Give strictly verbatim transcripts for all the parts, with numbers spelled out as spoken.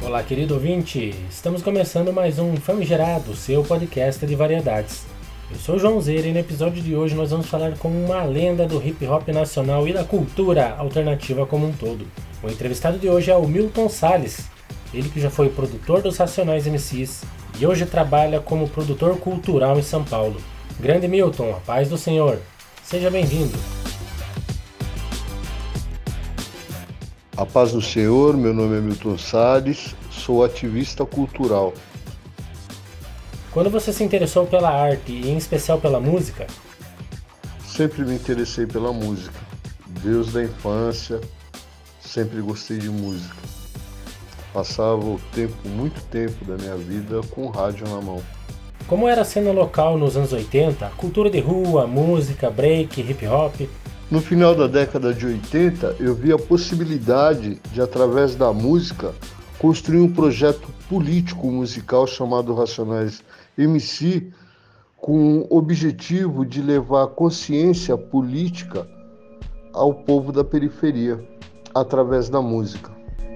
Olá, querido ouvinte! Estamos começando mais um Famigerado, seu podcast de variedades. Eu sou o João Zeira e no episódio de hoje nós vamos falar com uma lenda do hip hop nacional e da cultura alternativa como um todo. O entrevistado de hoje é o Milton Salles, ele que já foi produtor dos Racionais M Cs e hoje trabalha como produtor cultural em São Paulo. Grande Milton, a paz do Senhor! Seja bem-vindo! A paz do Senhor, meu nome é Milton Salles, sou ativista cultural. Quando você se interessou pela arte e em especial pela música? Sempre me interessei pela música, desde a infância, sempre gostei de música. Passava o tempo, muito tempo da minha vida com o rádio na mão. Como era a cena local nos anos oitenta, cultura de rua, música, break, hip hop? No final da década de oitenta, eu vi a possibilidade de, através da música, construir um projeto político musical chamado Racionais M C, com o objetivo de levar consciência política ao povo da periferia, através da música.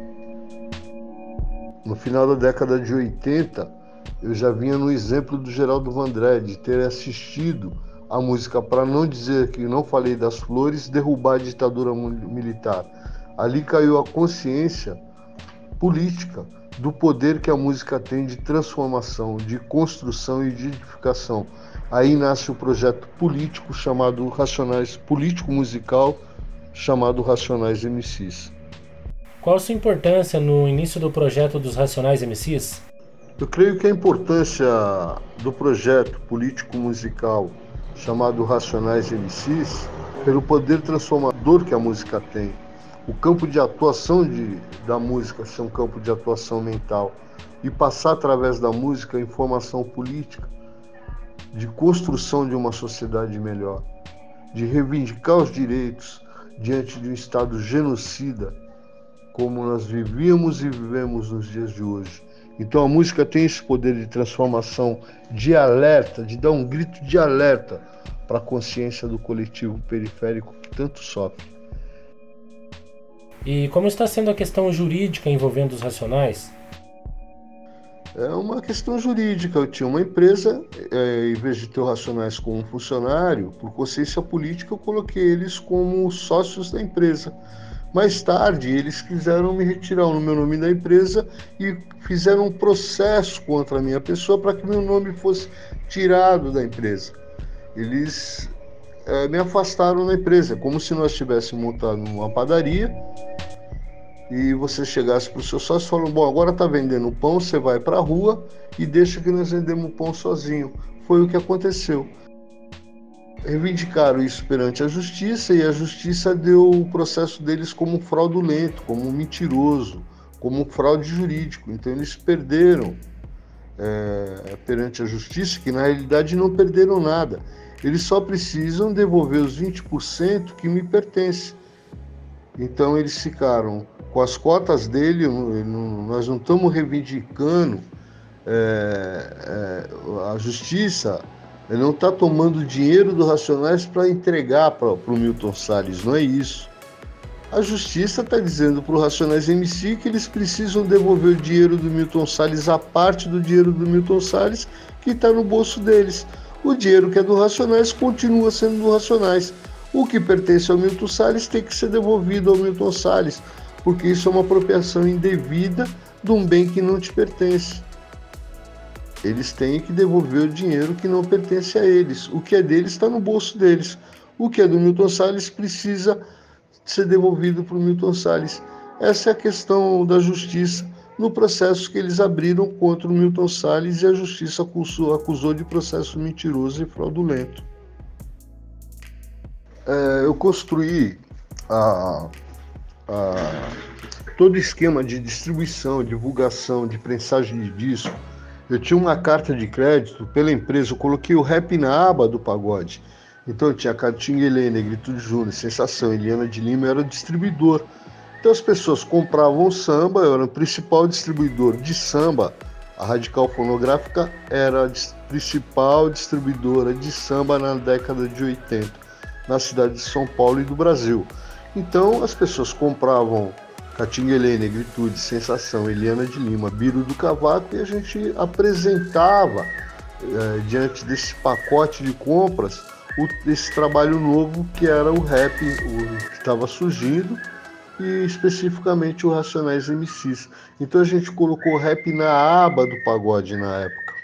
No final da década de oitenta, eu já vinha no exemplo do Geraldo Vandré, de ter assistido a música, para não dizer que não falei das flores, derrubar a ditadura militar. Ali caiu a consciência política do poder que a música tem de transformação, de construção e de edificação. Aí nasce o projeto político chamado Racionais, político musical chamado Racionais M Cs. Qual a sua importância no início do projeto dos Racionais M Cs? Eu creio que a importância do projeto político musical chamado Racionais M Cs, pelo poder transformador que a música tem. O campo de atuação de, da música ser um campo de atuação mental e passar através da música informação política, de construção de uma sociedade melhor, de reivindicar os direitos diante de um Estado genocida, como nós vivíamos e vivemos nos dias de hoje. Então a música tem esse poder de transformação, de alerta, de dar um grito de alerta para a consciência do coletivo periférico que tanto sofre. E como está sendo a questão jurídica envolvendo os Racionais? É uma questão jurídica. Eu tinha uma empresa, é, em vez de ter o Racionais como funcionário, por consciência política eu coloquei eles como sócios da empresa. Mais tarde, eles quiseram me retirar o meu nome da empresa e fizeram um processo contra a minha pessoa para que meu nome fosse tirado da empresa. Eles é, me afastaram da empresa, como se nós tivéssemos montado uma padaria e você chegasse para o seu sócio e falou: bom, agora está vendendo pão, você vai para a rua e deixa que nós vendemos o pão sozinho. Foi o que aconteceu. Reivindicaram isso perante a justiça e a justiça deu o processo deles como fraudulento, como mentiroso, como fraude jurídico. Então eles perderam é, perante a justiça, que na realidade não perderam nada. Eles só precisam devolver os vinte por cento que me pertence. Então eles ficaram com as cotas dele. Nós não estamos reivindicando é, é, a justiça. Ele não está tomando dinheiro do Racionais para entregar para o Milton Salles, não é isso. A justiça está dizendo para o Racionais M C que eles precisam devolver o dinheiro do Milton Salles, a parte do dinheiro do Milton Salles que está no bolso deles. O dinheiro que é do Racionais continua sendo do Racionais. O que pertence ao Milton Salles tem que ser devolvido ao Milton Salles, porque isso é uma apropriação indevida de um bem que não te pertence. Eles têm que devolver o dinheiro que não pertence a eles. O que é deles está no bolso deles. O que é do Milton Salles precisa ser devolvido para o Milton Salles. Essa é a questão da justiça no processo que eles abriram contra o Milton Salles e a justiça acusou, acusou de processo mentiroso e fraudulento. É, eu construí a, a, todo o esquema de distribuição, divulgação, de prensagem de disco. Eu tinha uma carta de crédito pela empresa, eu coloquei o rap na aba do pagode. Então eu tinha Catinga Helena, Negritude Júnior, Sensação, Eliana de Lima, eu era o distribuidor. Então as pessoas compravam samba, eu era o principal distribuidor de samba. A Radical Fonográfica era a principal distribuidora de samba na década de oitenta, na cidade de São Paulo e do Brasil. Então as pessoas compravam Catinguelê, Negritude, Sensação, Eliana de Lima, Biro do Cavaco, e a gente apresentava, eh, diante desse pacote de compras, o, esse trabalho novo que era o rap, o, que estava surgindo, e especificamente o Racionais M Cs. Então a gente colocou o rap na aba do pagode na época.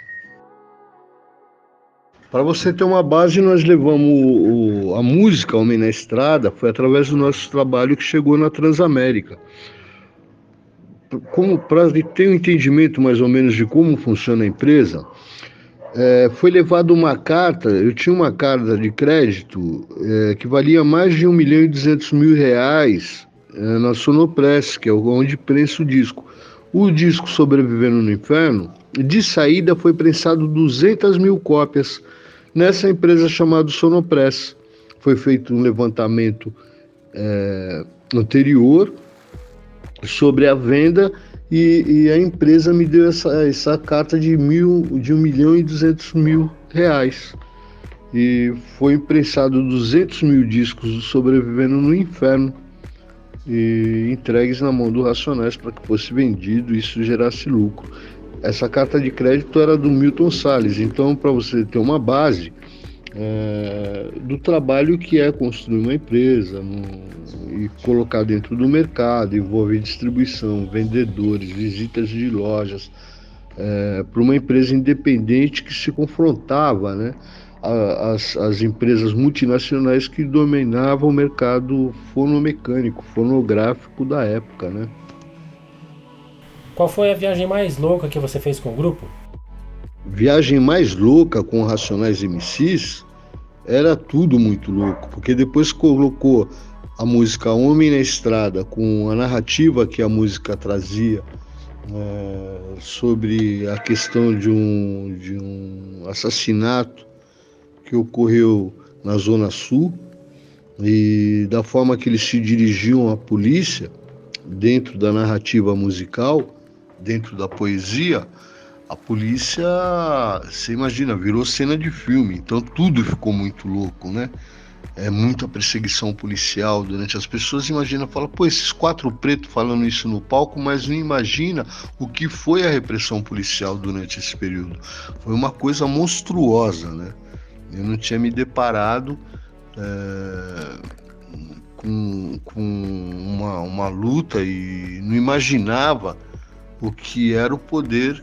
Para você ter uma base, nós levamos o, o, a música Homem na Estrada, foi através do nosso trabalho que chegou na Transamérica. Como para ter um entendimento mais ou menos de como funciona a empresa, é, foi levada uma carta, eu tinha uma carta de crédito é, que valia mais de um milhão e duzentos mil reais é, na Sonopress, que é onde prensa o disco. O disco Sobrevivendo no Inferno, de saída foi prensado duzentas mil cópias nessa empresa chamada Sonopress. Foi feito um levantamento é, anterior sobre a venda e, e a empresa me deu essa, essa carta de, mil, de um milhão e duzentos mil reais. E foi imprensado duzentos mil discos do Sobrevivendo no Inferno e entregues na mão do Racionais para que fosse vendido e isso gerasse lucro. Essa carta de crédito era do Milton Salles, então para você ter uma base é, do trabalho que é construir uma empresa no, e colocar dentro do mercado, envolve distribuição, vendedores, visitas de lojas, é, para uma empresa independente que se confrontava, né, as, as empresas multinacionais que dominavam o mercado fonomecânico, fonográfico da época, né? Qual foi a viagem mais louca que você fez com o grupo? Viagem mais louca com Racionais M Cs era tudo muito louco, porque depois colocou a música Homem na Estrada com a narrativa que a música trazia é, sobre a questão de um, de um assassinato que ocorreu na Zona Sul e da forma que eles se dirigiam à polícia dentro da narrativa musical, dentro da poesia, a polícia, você imagina, virou cena de filme, então tudo ficou muito louco, né? É muita perseguição policial durante as pessoas, imagina, fala, pô, esses quatro pretos falando isso no palco, mas não imagina o que foi a repressão policial durante esse período. Foi uma coisa monstruosa, né? Eu não tinha me deparado é, com, com uma, uma luta e não imaginava o que era o poder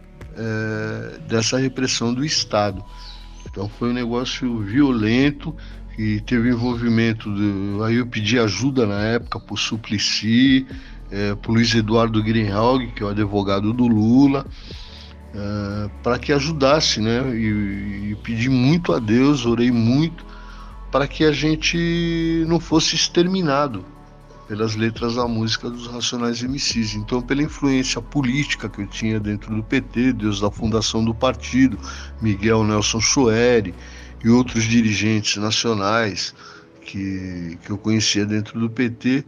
é, dessa repressão do Estado. Então foi um negócio violento e teve envolvimento, de, aí eu pedi ajuda na época para o Suplicy, é, para o Luiz Eduardo Greenhalgh, que é o advogado do Lula, é, para que ajudasse, né? E, e pedi muito a Deus, orei muito para que a gente não fosse exterminado pelas letras da música dos Racionais M Cs. Então, pela influência política que eu tinha dentro do P T, Deus da fundação do partido, Miguel Nelson Choeri e outros dirigentes nacionais que, que eu conhecia dentro do P T,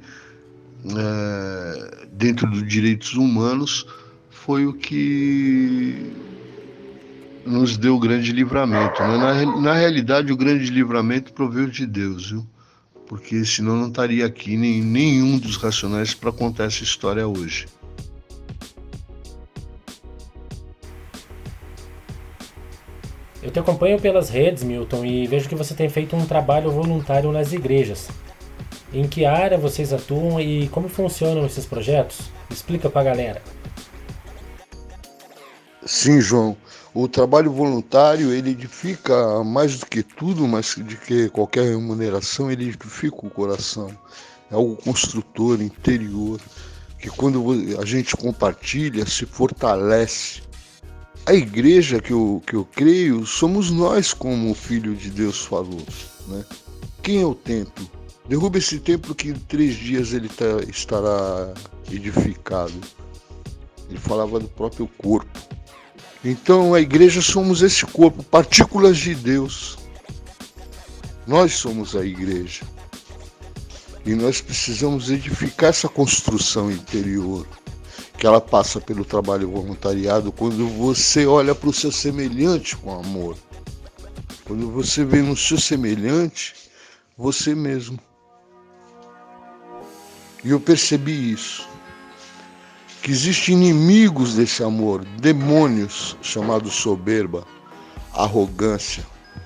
é, dentro dos direitos humanos, foi o que nos deu o grande livramento, né? Na, na realidade, o grande livramento proveu de Deus, viu? Porque senão não estaria aqui nem, nenhum dos Racionais para contar essa história hoje. Eu te acompanho pelas redes, Milton, e vejo que você tem feito um trabalho voluntário nas igrejas. Em que área vocês atuam e como funcionam esses projetos? Explica pra galera. Sim, João. O trabalho voluntário, ele edifica mais do que tudo, mais do que qualquer remuneração, ele edifica o coração. É algo construtor, interior, que quando a gente compartilha, se fortalece. A igreja que eu, que eu creio, somos nós, como o Filho de Deus falou, né? Quem é o templo? Derruba esse templo que em três dias ele tá, estará edificado. Ele falava do próprio corpo. Então a igreja somos esse corpo, partículas de Deus. Nós somos a igreja. E nós precisamos edificar essa construção interior, que ela passa pelo trabalho voluntariado, quando você olha para o seu semelhante com amor. Quando você vê no seu semelhante, você mesmo. E eu percebi isso, que existem inimigos desse amor, demônios chamados soberba, arrogância,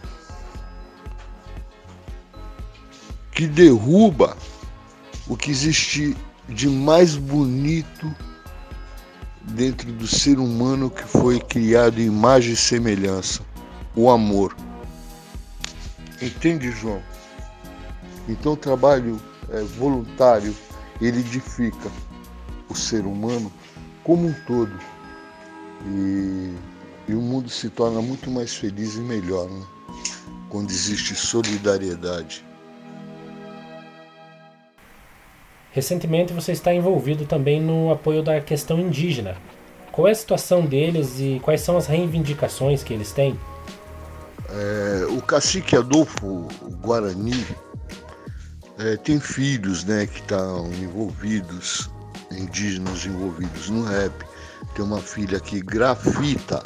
que derruba o que existe de mais bonito dentro do ser humano que foi criado em imagem e semelhança, o amor. Entende, João? Então o trabalho é, voluntário, ele edifica o ser humano como um todo. E, e o mundo se torna muito mais feliz e melhor, né? Quando existe solidariedade. Recentemente você está envolvido também no apoio da questão indígena. Qual é a situação deles e quais são as reivindicações que eles têm? É, o cacique Adolfo Guarani é, tem filhos, né, que estão envolvidos, indígenas envolvidos no rap. Tem uma filha que grafita,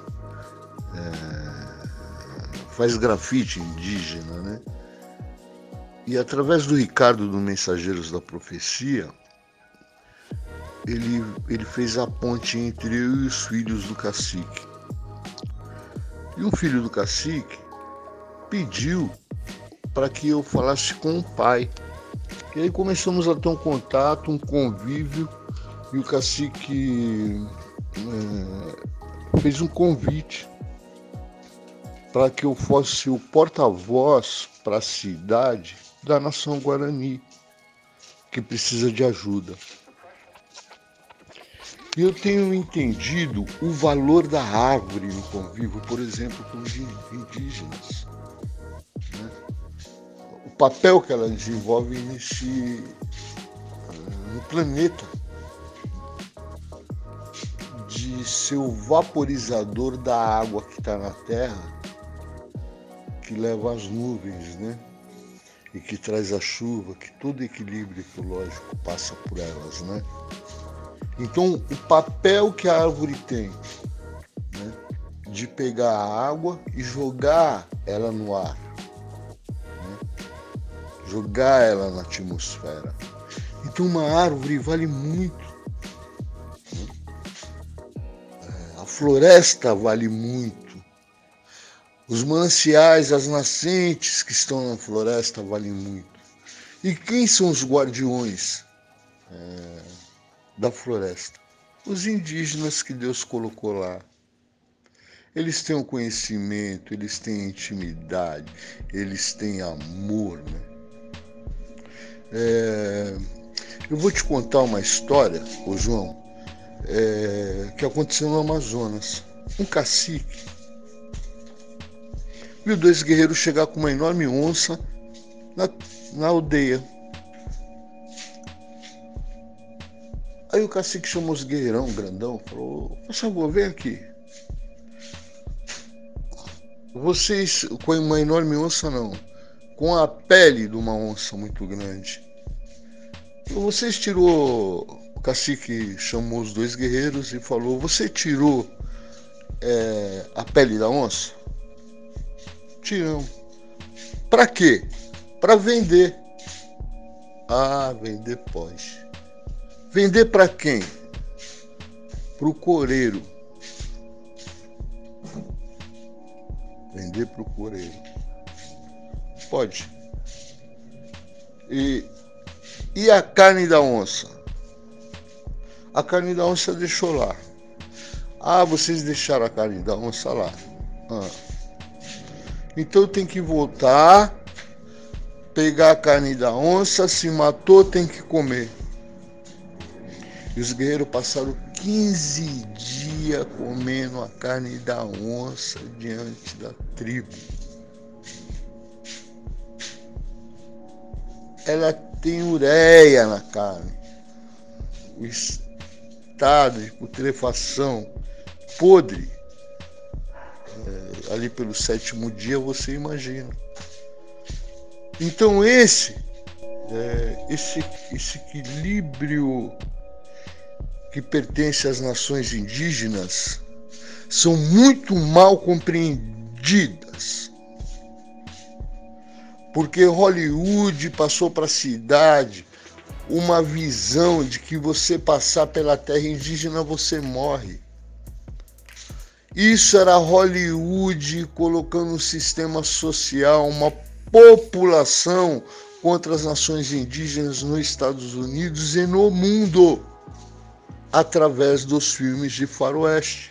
é, faz grafite indígena, né? E através do Ricardo do Mensageiros da Profecia, ele, ele fez a ponte entre eu e os filhos do cacique. E um filho do cacique pediu para que eu falasse com o pai. E aí começamos a ter um contato, um convívio, e o cacique é, fez um convite para que eu fosse o porta-voz para a cidade da nação Guarani, que precisa de ajuda. E eu tenho entendido o valor da árvore no convívio, por exemplo, com os indígenas, né? O papel que ela desenvolve nesse, no planeta, de ser o vaporizador da água que está na Terra, que leva as nuvens, né? E que traz a chuva, que todo equilíbrio ecológico passa por elas, né? Então, o papel que a árvore tem, né, de pegar a água e jogar ela no ar, né? Jogar ela na atmosfera. Então, uma árvore vale muito. Né? A floresta vale muito. Os mananciais, as nascentes que estão na floresta valem muito. E quem são os guardiões é, da floresta? Os indígenas que Deus colocou lá. Eles têm o conhecimento, eles têm intimidade, eles têm amor, né? É, eu vou te contar uma história, ô João, é, que aconteceu no Amazonas. Um cacique viu dois guerreiros chegar com uma enorme onça na, na aldeia. Aí o cacique chamou os guerreirão, grandão, falou: por favor, vem aqui. Vocês, com uma enorme onça não, com a pele de uma onça muito grande. Vocês tirou, o cacique chamou os dois guerreiros e falou: você tirou é, a pele da onça? Tiramos. Para quê? Para vender. Ah, vender pode. Vender para quem? Para o coreiro. Vender para o coreiro. Pode. E, e a carne da onça? A carne da onça deixou lá. Ah, vocês deixaram a carne da onça lá. Ah. Então tem que voltar, pegar a carne da onça, se matou, tem que comer. E os guerreiros passaram quinze dias comendo a carne da onça diante da tribo. Ela tem ureia na carne. O estado de putrefação, podre. É, ali pelo sétimo dia, você imagina. Então esse, é, esse, esse equilíbrio que pertence às nações indígenas são muito mal compreendidas. Porque Hollywood passou para a cidade uma visão de que você passar pela terra indígena você morre. Isso era Hollywood colocando um sistema social, uma população contra as nações indígenas nos Estados Unidos e no mundo, através dos filmes de faroeste.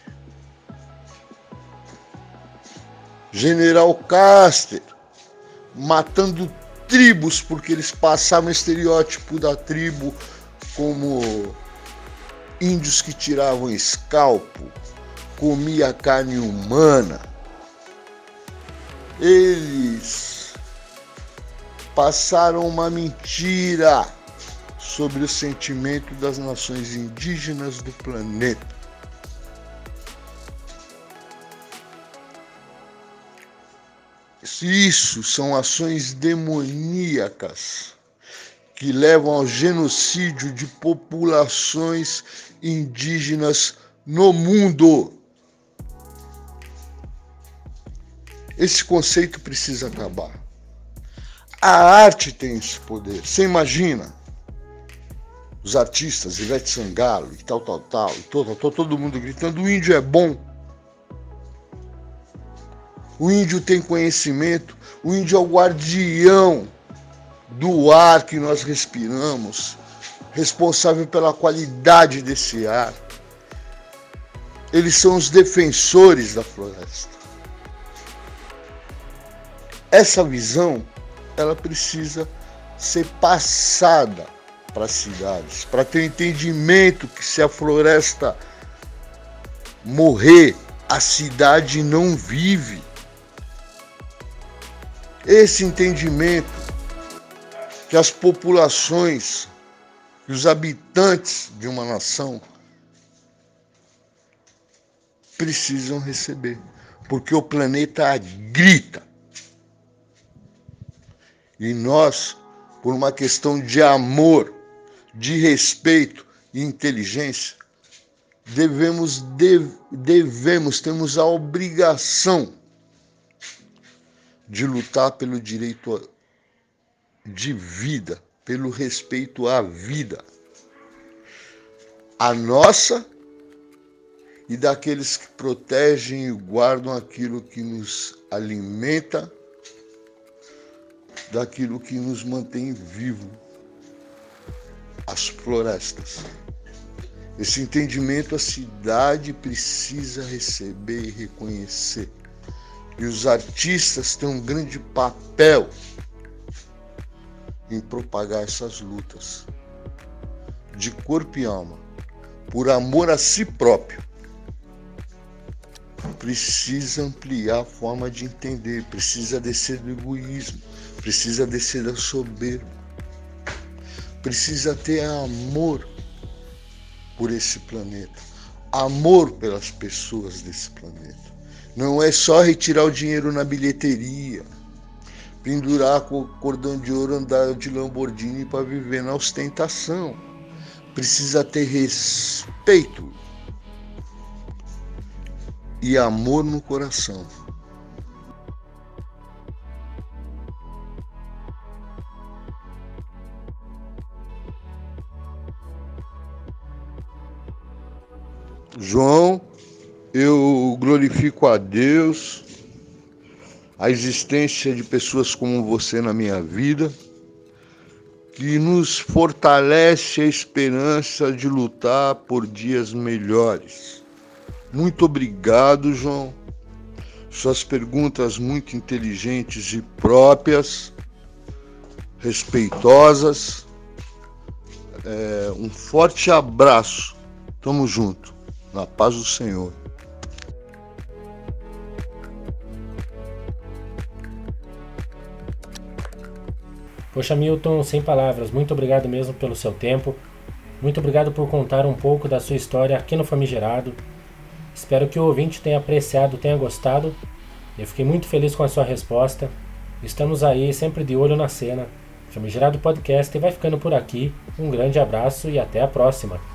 General Custer matando tribos porque eles passavam o estereótipo da tribo como índios que tiravam escalpo, comia carne humana. Eles passaram uma mentira sobre o sentimento das nações indígenas do planeta. Isso são ações demoníacas que levam ao genocídio de populações indígenas no mundo. Esse conceito precisa acabar. A arte tem esse poder. Você imagina os artistas, Ivete Sangalo e tal, tal, tal, e todo, todo, todo mundo gritando: o índio é bom. O índio tem conhecimento, o índio é o guardião do ar que nós respiramos, responsável pela qualidade desse ar. Eles são os defensores da floresta. Essa visão, ela precisa ser passada para as cidades, para ter o entendimento que se a floresta morrer, a cidade não vive. Esse entendimento que as populações, que os habitantes de uma nação precisam receber, porque o planeta grita. E nós, por uma questão de amor, de respeito e inteligência, devemos, dev, devemos, temos a obrigação de lutar pelo direito de vida, pelo respeito à vida, a nossa e daqueles que protegem e guardam aquilo que nos alimenta, daquilo que nos mantém vivo, as florestas. Esse entendimento a cidade precisa receber e reconhecer. E os artistas têm um grande papel em propagar essas lutas, de corpo e alma, por amor a si próprio. Precisa ampliar a forma de entender, precisa descer do egoísmo, precisa descer da soberba, precisa ter amor por esse planeta, amor pelas pessoas desse planeta. Não é só retirar o dinheiro na bilheteria, pendurar com o cordão de ouro, andar de Lamborghini para viver na ostentação. Precisa ter respeito e amor no coração. João, eu glorifico a Deus, a existência de pessoas como você na minha vida, que nos fortalece a esperança de lutar por dias melhores. Muito obrigado, João. Suas perguntas muito inteligentes e próprias, respeitosas. É, um forte abraço. Tamo junto. Na paz do Senhor. Poxa, Milton, sem palavras, muito obrigado mesmo pelo seu tempo. Muito obrigado por contar um pouco da sua história aqui no Famigerado. Espero que o ouvinte tenha apreciado, tenha gostado. Eu fiquei muito feliz com a sua resposta. Estamos aí sempre de olho na cena. Famigerado Podcast vai ficando por aqui. Um grande abraço e até a próxima.